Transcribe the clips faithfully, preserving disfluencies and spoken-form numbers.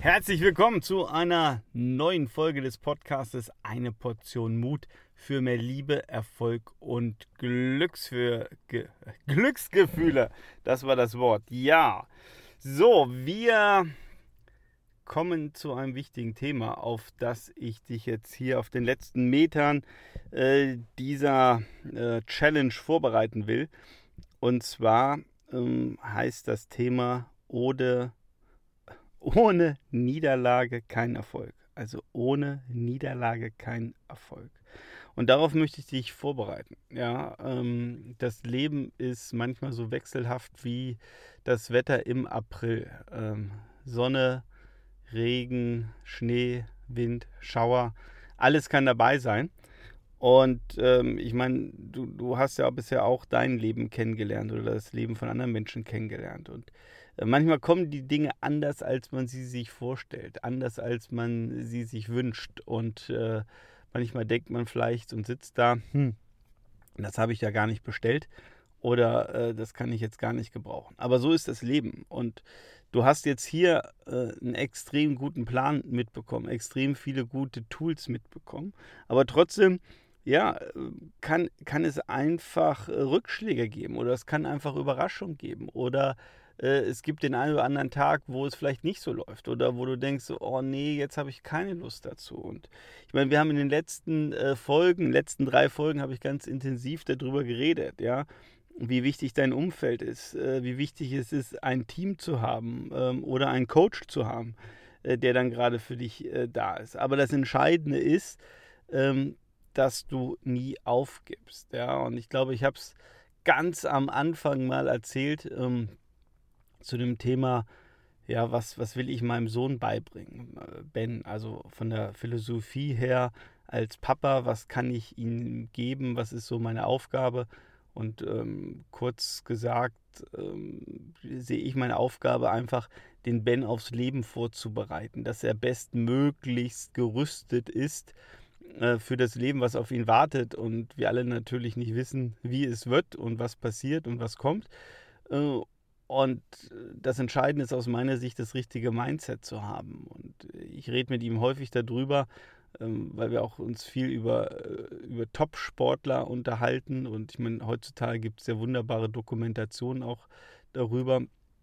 Herzlich willkommen zu einer neuen Folge des Podcastes Eine Portion Mut für mehr Liebe, Erfolg und Glücksfür, Ge, Glücksgefühle. Das war das Wort. Ja, so, wir kommen zu einem wichtigen Thema, auf das ich dich jetzt hier auf den letzten Metern äh, dieser äh, Challenge vorbereiten will. Und zwar ähm, heißt das Thema Ode Ohne Niederlage kein Erfolg. Also ohne Niederlage kein Erfolg. Und darauf möchte ich dich vorbereiten. Ja, ähm, das Leben ist manchmal so wechselhaft wie das Wetter im April. Ähm, Sonne, Regen, Schnee, Wind, Schauer, alles kann dabei sein. Und ähm, ich meine, du, du hast ja bisher auch dein Leben kennengelernt oder das Leben von anderen Menschen kennengelernt. Und äh, manchmal kommen die Dinge anders, als man sie sich vorstellt, anders, als man sie sich wünscht. Und äh, manchmal denkt man vielleicht und sitzt da, hm, das habe ich ja gar nicht bestellt oder äh, das kann ich jetzt gar nicht gebrauchen. Aber so ist das Leben. Und du hast jetzt hier äh, einen extrem guten Plan mitbekommen, extrem viele gute Tools mitbekommen. Aber trotzdem, ja, kann, kann es einfach äh, Rückschläge geben oder es kann einfach Überraschung geben oder äh, es gibt den einen oder anderen Tag, wo es vielleicht nicht so läuft oder wo du denkst, so, oh nee, jetzt habe ich keine Lust dazu. Und ich meine, wir haben in den letzten äh, Folgen, letzten drei Folgen habe ich ganz intensiv darüber geredet, ja, wie wichtig dein Umfeld ist, äh, wie wichtig es ist, ein Team zu haben ähm, oder einen Coach zu haben, äh, der dann gerade für dich äh, da ist. Aber das Entscheidende ist, ähm, dass du nie aufgibst. Ja? Und ich glaube, ich habe es ganz am Anfang mal erzählt ähm, zu dem Thema, ja, was, was will ich meinem Sohn beibringen? Ben, also von der Philosophie her als Papa, was kann ich ihm geben? Was ist so meine Aufgabe? Und ähm, kurz gesagt, ähm, sehe ich meine Aufgabe einfach, den Ben aufs Leben vorzubereiten, dass er bestmöglichst gerüstet ist äh, für das Leben, was auf ihn wartet. Und wir alle natürlich nicht wissen, wie es wird und was passiert und was kommt. Äh, und das Entscheidende ist aus meiner Sicht, das richtige Mindset zu haben. Und ich rede mit ihm häufig darüber, ähm, weil wir auch uns viel über, äh, über Top-Sportler unterhalten. Und ich meine, heutzutage gibt es ja wunderbare Dokumentationen auch darüber,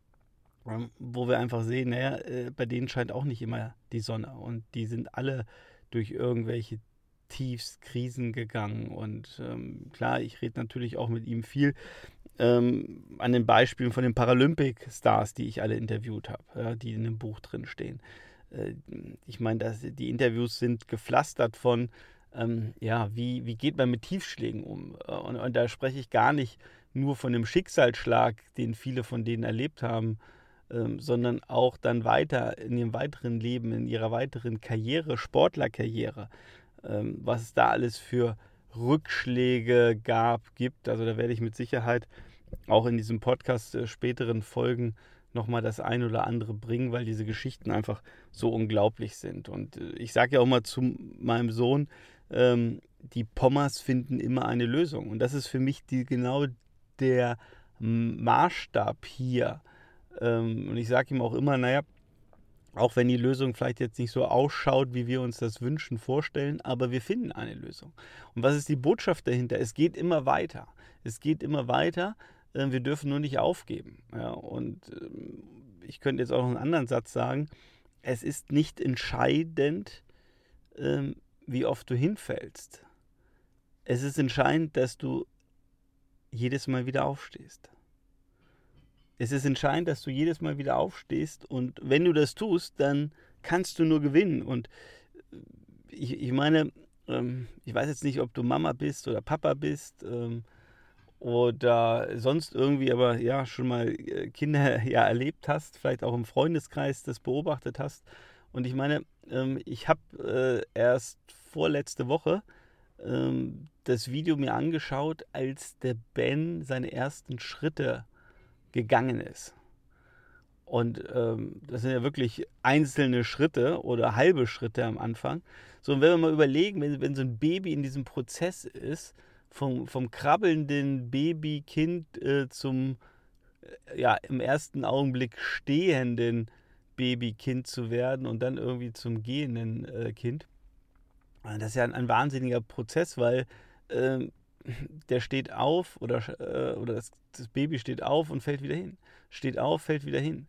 ähm, wo wir einfach sehen, naja, äh, bei denen scheint auch nicht immer die Sonne. Und die sind alle durch irgendwelche Tiefs, Krisen gegangen. Und ähm, klar, ich rede natürlich auch mit ihm viel ähm, an den Beispielen von den Paralympic-Stars, die ich alle interviewt habe, ja, die in dem Buch drin stehen. Äh, ich meine, die Interviews sind gepflastert von, ähm, ja, wie, wie geht man mit Tiefschlägen um? Und, und da spreche ich gar nicht nur von dem Schicksalsschlag, den viele von denen erlebt haben, ähm, sondern auch dann weiter in ihrem weiteren Leben, in ihrer weiteren Karriere, Sportlerkarriere, ähm, was es da alles für Rückschläge gab, gibt. Also da werde ich mit Sicherheit auch in diesem Podcast äh, späteren Folgen nochmal das ein oder andere bringen, weil diese Geschichten einfach so unglaublich sind. Und äh, ich sage ja auch mal zu meinem Sohn, ähm, die Pommers finden immer eine Lösung. Und das ist für mich die, genau der Maßstab hier. Ähm, und ich sage ihm auch immer, naja, auch wenn die Lösung vielleicht jetzt nicht so ausschaut, wie wir uns das wünschen, vorstellen, aber wir finden eine Lösung. Und was ist die Botschaft dahinter? Es geht immer weiter. Es geht immer weiter. Wir dürfen nur nicht aufgeben. Ja, und ich könnte jetzt auch noch einen anderen Satz sagen. Es ist nicht entscheidend, wie oft du hinfällst. Es ist entscheidend, dass du jedes Mal wieder aufstehst. Es ist entscheidend, dass du jedes Mal wieder aufstehst und wenn du das tust, dann kannst du nur gewinnen. Und ich, ich meine, ähm, ich weiß jetzt nicht, ob du Mama bist oder Papa bist ähm, oder sonst irgendwie, aber ja, schon mal Kinder ja erlebt hast, vielleicht auch im Freundeskreis das beobachtet hast. Und ich meine, ähm, ich habe äh, erst vorletzte Woche ähm, das Video mir angeschaut, als der Ben seine ersten Schritte gegangen ist. Und ähm, das sind ja wirklich einzelne Schritte oder halbe Schritte am Anfang. So, und wenn wir mal überlegen, wenn, wenn so ein Baby in diesem Prozess ist, vom, vom krabbelnden Babykind äh, zum äh, ja, im ersten Augenblick stehenden Babykind zu werden und dann irgendwie zum gehenden äh, Kind. Das ist ja ein, ein wahnsinniger Prozess, weil äh, der steht auf oder, äh, oder das, das Baby steht auf und fällt wieder hin. Steht auf, fällt wieder hin.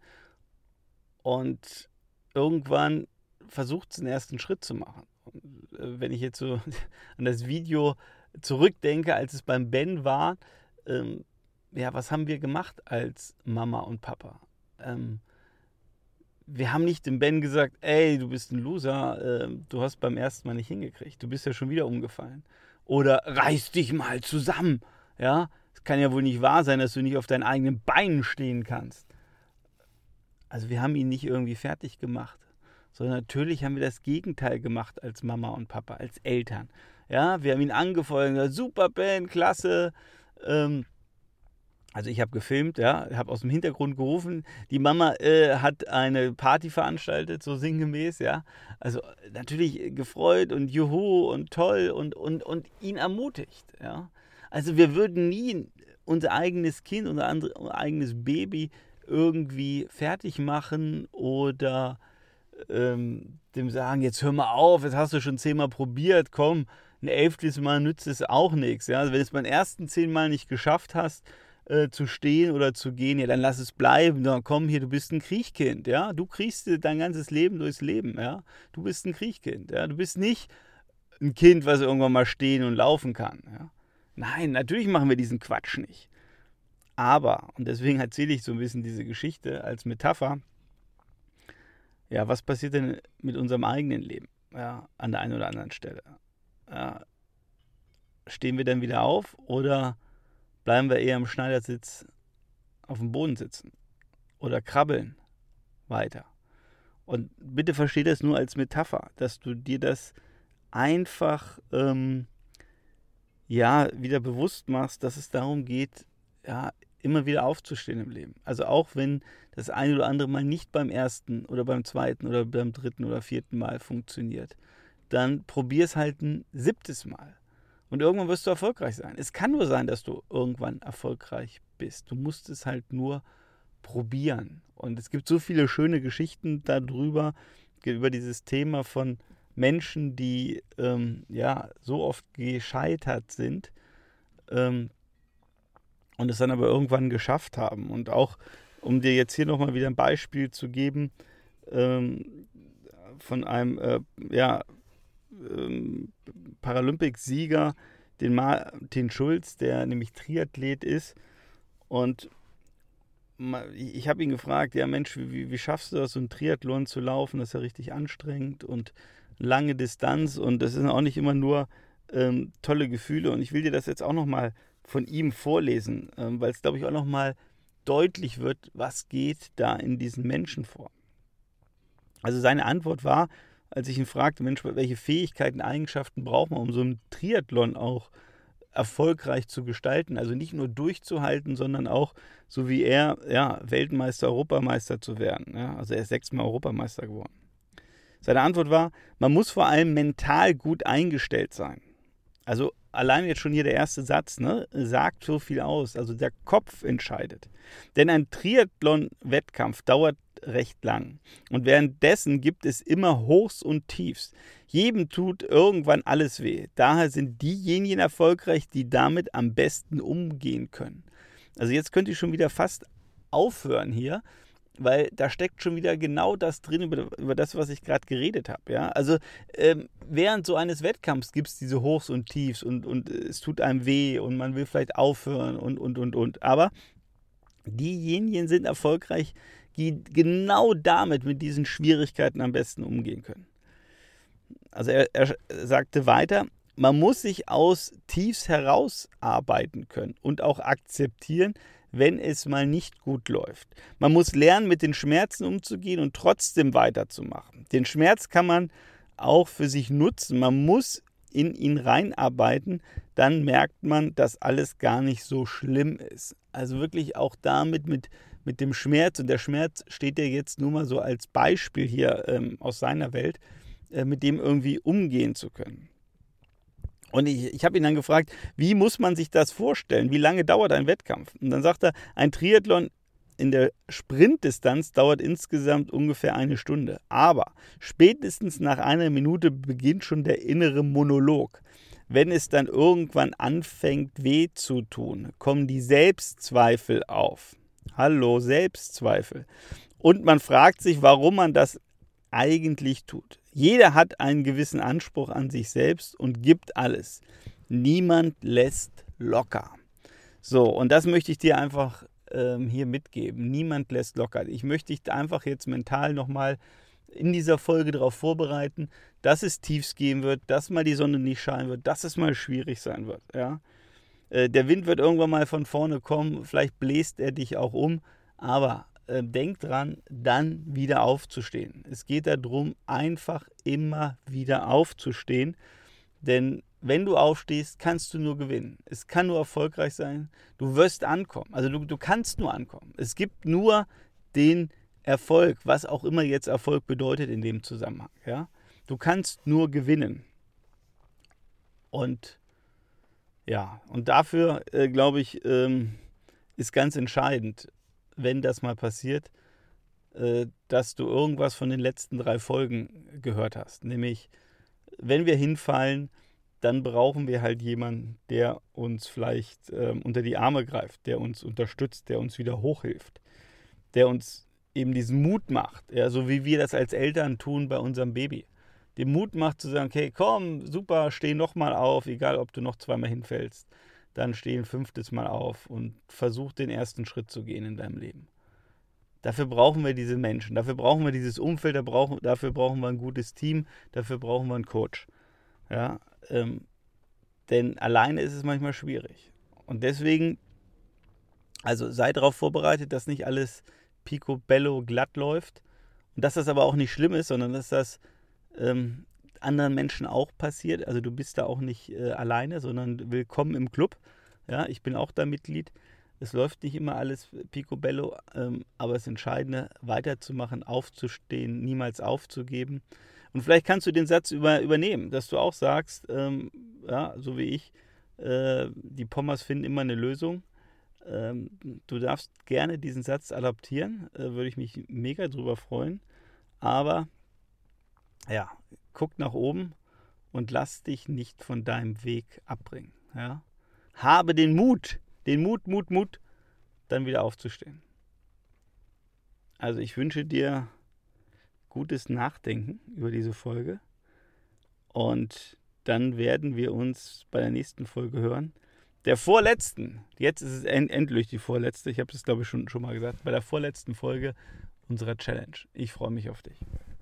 Und irgendwann versucht es den ersten Schritt zu machen. Und, äh, wenn ich jetzt so an das Video zurückdenke, als es beim Ben war, ähm, ja, was haben wir gemacht als Mama und Papa? Ähm, wir haben nicht dem Ben gesagt, ey, du bist ein Loser, äh, du hast beim ersten Mal nicht hingekriegt, du bist ja schon wieder umgefallen. Oder reiß dich mal zusammen, ja? Es kann ja wohl nicht wahr sein, dass du nicht auf deinen eigenen Beinen stehen kannst. Also wir haben ihn nicht irgendwie fertig gemacht, sondern natürlich haben wir das Gegenteil gemacht als Mama und Papa, als Eltern. Ja, wir haben ihn angefeuert, gesagt, super Ben, klasse. Ähm, also ich habe gefilmt, ja, habe aus dem Hintergrund gerufen, die Mama äh, hat eine Party veranstaltet, so sinngemäß, ja. Also natürlich gefreut und juhu und toll und, und, und ihn ermutigt, ja. Also wir würden nie unser eigenes Kind, unser, andere, unser eigenes Baby irgendwie fertig machen oder ähm, dem sagen, jetzt hör mal auf, jetzt hast du schon zehnmal probiert, komm, ein elftes Mal nützt es auch nichts. Ja? Also wenn du es beim ersten zehnmal nicht geschafft hast, äh, zu stehen oder zu gehen, ja, dann lass es bleiben. Dann komm hier, du bist ein Kriechkind, ja. Du kriechst dein ganzes Leben durchs Leben, ja. Du bist ein Kriechkind, ja. Du bist nicht ein Kind, was irgendwann mal stehen und laufen kann, ja. Nein, natürlich machen wir diesen Quatsch nicht. Aber, und deswegen erzähle ich so ein bisschen diese Geschichte als Metapher, ja, was passiert denn mit unserem eigenen Leben, ja, an der einen oder anderen Stelle? Ja, stehen wir dann wieder auf oder bleiben wir eher im Schneidersitz auf dem Boden sitzen oder krabbeln weiter? Und bitte versteh das nur als Metapher, dass du dir das einfach ähm, ja, wieder bewusst machst, dass es darum geht, ja, immer wieder aufzustehen im Leben. Also auch wenn das eine oder andere Mal nicht beim ersten oder beim zweiten oder beim dritten oder vierten Mal funktioniert, dann probier es halt ein siebtes Mal. Und irgendwann wirst du erfolgreich sein. Es kann nur sein, dass du irgendwann erfolgreich bist. Du musst es halt nur probieren. Und es gibt so viele schöne Geschichten darüber, über dieses Thema von Menschen, die ähm, ja so oft gescheitert sind ähm, und es dann aber irgendwann geschafft haben. Und auch, um dir jetzt hier nochmal wieder ein Beispiel zu geben, ähm, von einem äh, ja, ähm, Paralympicsieger, den Martin Schulz, der nämlich Triathlet ist. Und ich habe ihn gefragt, ja Mensch, wie, wie schaffst du das, so einen Triathlon zu laufen? Das ist ja richtig anstrengend und lange Distanz und das sind auch nicht immer nur ähm, tolle Gefühle. Und ich will dir das jetzt auch nochmal von ihm vorlesen, ähm, weil es, glaube ich, auch nochmal deutlich wird, was geht da in diesen Menschen vor. Also seine Antwort war, als ich ihn fragte, Mensch, welche Fähigkeiten, Eigenschaften braucht man, um so einen Triathlon auch erfolgreich zu gestalten, also nicht nur durchzuhalten, sondern auch, so wie er, ja, Weltmeister, Europameister zu werden. Ja? Also er ist sechsmal Europameister geworden. Seine Antwort war, man muss vor allem mental gut eingestellt sein. Also allein jetzt schon hier der erste Satz, ne, sagt so viel aus. Also der Kopf entscheidet. Denn ein Triathlon-Wettkampf dauert recht lang. Und währenddessen gibt es immer Hochs und Tiefs. Jedem tut irgendwann alles weh. Daher sind diejenigen erfolgreich, die damit am besten umgehen können. Also jetzt könnt ihr schon wieder fast aufhören hier, weil da steckt schon wieder genau das drin, über, über das, was ich gerade geredet habe. Ja? Also ähm, während so eines Wettkampfs gibt es diese Hochs und Tiefs und, und es tut einem weh und man will vielleicht aufhören und, und, und, und. Aber diejenigen sind erfolgreich, die genau damit, mit diesen Schwierigkeiten am besten umgehen können. Also er, er sagte weiter, man muss sich aus Tiefs herausarbeiten können und auch akzeptieren, wenn es mal nicht gut läuft. Man muss lernen, mit den Schmerzen umzugehen und trotzdem weiterzumachen. Den Schmerz kann man auch für sich nutzen. Man muss in ihn reinarbeiten, dann merkt man, dass alles gar nicht so schlimm ist. Also wirklich auch damit mit, mit dem Schmerz, und der Schmerz steht ja jetzt nur mal so als Beispiel hier ähm, aus seiner Welt, äh, mit dem irgendwie umgehen zu können. Und ich, ich habe ihn dann gefragt, wie muss man sich das vorstellen? Wie lange dauert ein Wettkampf? Und dann sagt er, ein Triathlon in der Sprintdistanz dauert insgesamt ungefähr eine Stunde. Aber spätestens nach einer Minute beginnt schon der innere Monolog. Wenn es dann irgendwann anfängt, weh zu tun, kommen die Selbstzweifel auf. Hallo, Selbstzweifel. Und man fragt sich, warum man das eigentlich tut. Jeder hat einen gewissen Anspruch an sich selbst und gibt alles. Niemand lässt locker. So, und das möchte ich dir einfach ähm, hier mitgeben. Niemand lässt locker. Ich möchte dich einfach jetzt mental nochmal in dieser Folge darauf vorbereiten, dass es Tiefs geben wird, dass mal die Sonne nicht scheinen wird, dass es mal schwierig sein wird. Ja? Äh, der Wind wird irgendwann mal von vorne kommen, vielleicht bläst er dich auch um, aber äh, denk dran, dann wieder aufzustehen. Es geht darum, einfach immer wieder aufzustehen, denn wenn du aufstehst, kannst du nur gewinnen. Es kann nur erfolgreich sein. Du wirst ankommen. Also du, du kannst nur ankommen. Es gibt nur den Erfolg, was auch immer jetzt Erfolg bedeutet in dem Zusammenhang. Ja? Du kannst nur gewinnen. Und ja, und dafür, äh, glaube ich, ähm, ist ganz entscheidend, wenn das mal passiert, äh, dass du irgendwas von den letzten drei Folgen gehört hast. Nämlich, wenn wir hinfallen, dann brauchen wir halt jemanden, der uns vielleicht ähm, unter die Arme greift, der uns unterstützt, der uns wieder hochhilft, der uns eben diesen Mut macht, ja, so wie wir das als Eltern tun bei unserem Baby. Den Mut macht zu sagen, okay, komm, super, steh nochmal auf, egal ob du noch zweimal hinfällst, dann steh ein fünftes Mal auf und versuch den ersten Schritt zu gehen in deinem Leben. Dafür brauchen wir diese Menschen, dafür brauchen wir dieses Umfeld, dafür brauchen wir ein gutes Team, dafür brauchen wir einen Coach. Ja, ähm, denn alleine ist es manchmal schwierig. Und deswegen, also sei darauf vorbereitet, dass nicht alles picobello glatt läuft und dass das aber auch nicht schlimm ist, sondern dass das ähm, anderen Menschen auch passiert. Also du bist da auch nicht äh, alleine, sondern willkommen im Club. Ja, ich bin auch da Mitglied. Es läuft nicht immer alles picobello, ähm, aber das Entscheidende, weiterzumachen, aufzustehen, niemals aufzugeben. Und vielleicht kannst du den Satz über, übernehmen, dass du auch sagst, ähm, ja, so wie ich, äh, die Pommers finden immer eine Lösung. Ähm, du darfst gerne diesen Satz adaptieren, äh, würde ich mich mega drüber freuen. Aber ja, guck nach oben und lass dich nicht von deinem Weg abbringen. Ja? Habe den Mut, den Mut, Mut, Mut, dann wieder aufzustehen. Also ich wünsche dir gutes Nachdenken über diese Folge und dann werden wir uns bei der nächsten Folge hören. Der vorletzten, jetzt ist es end- endlich die vorletzte, ich habe es glaube ich schon, schon mal gesagt, bei der vorletzten Folge unserer Challenge. Ich freue mich auf dich.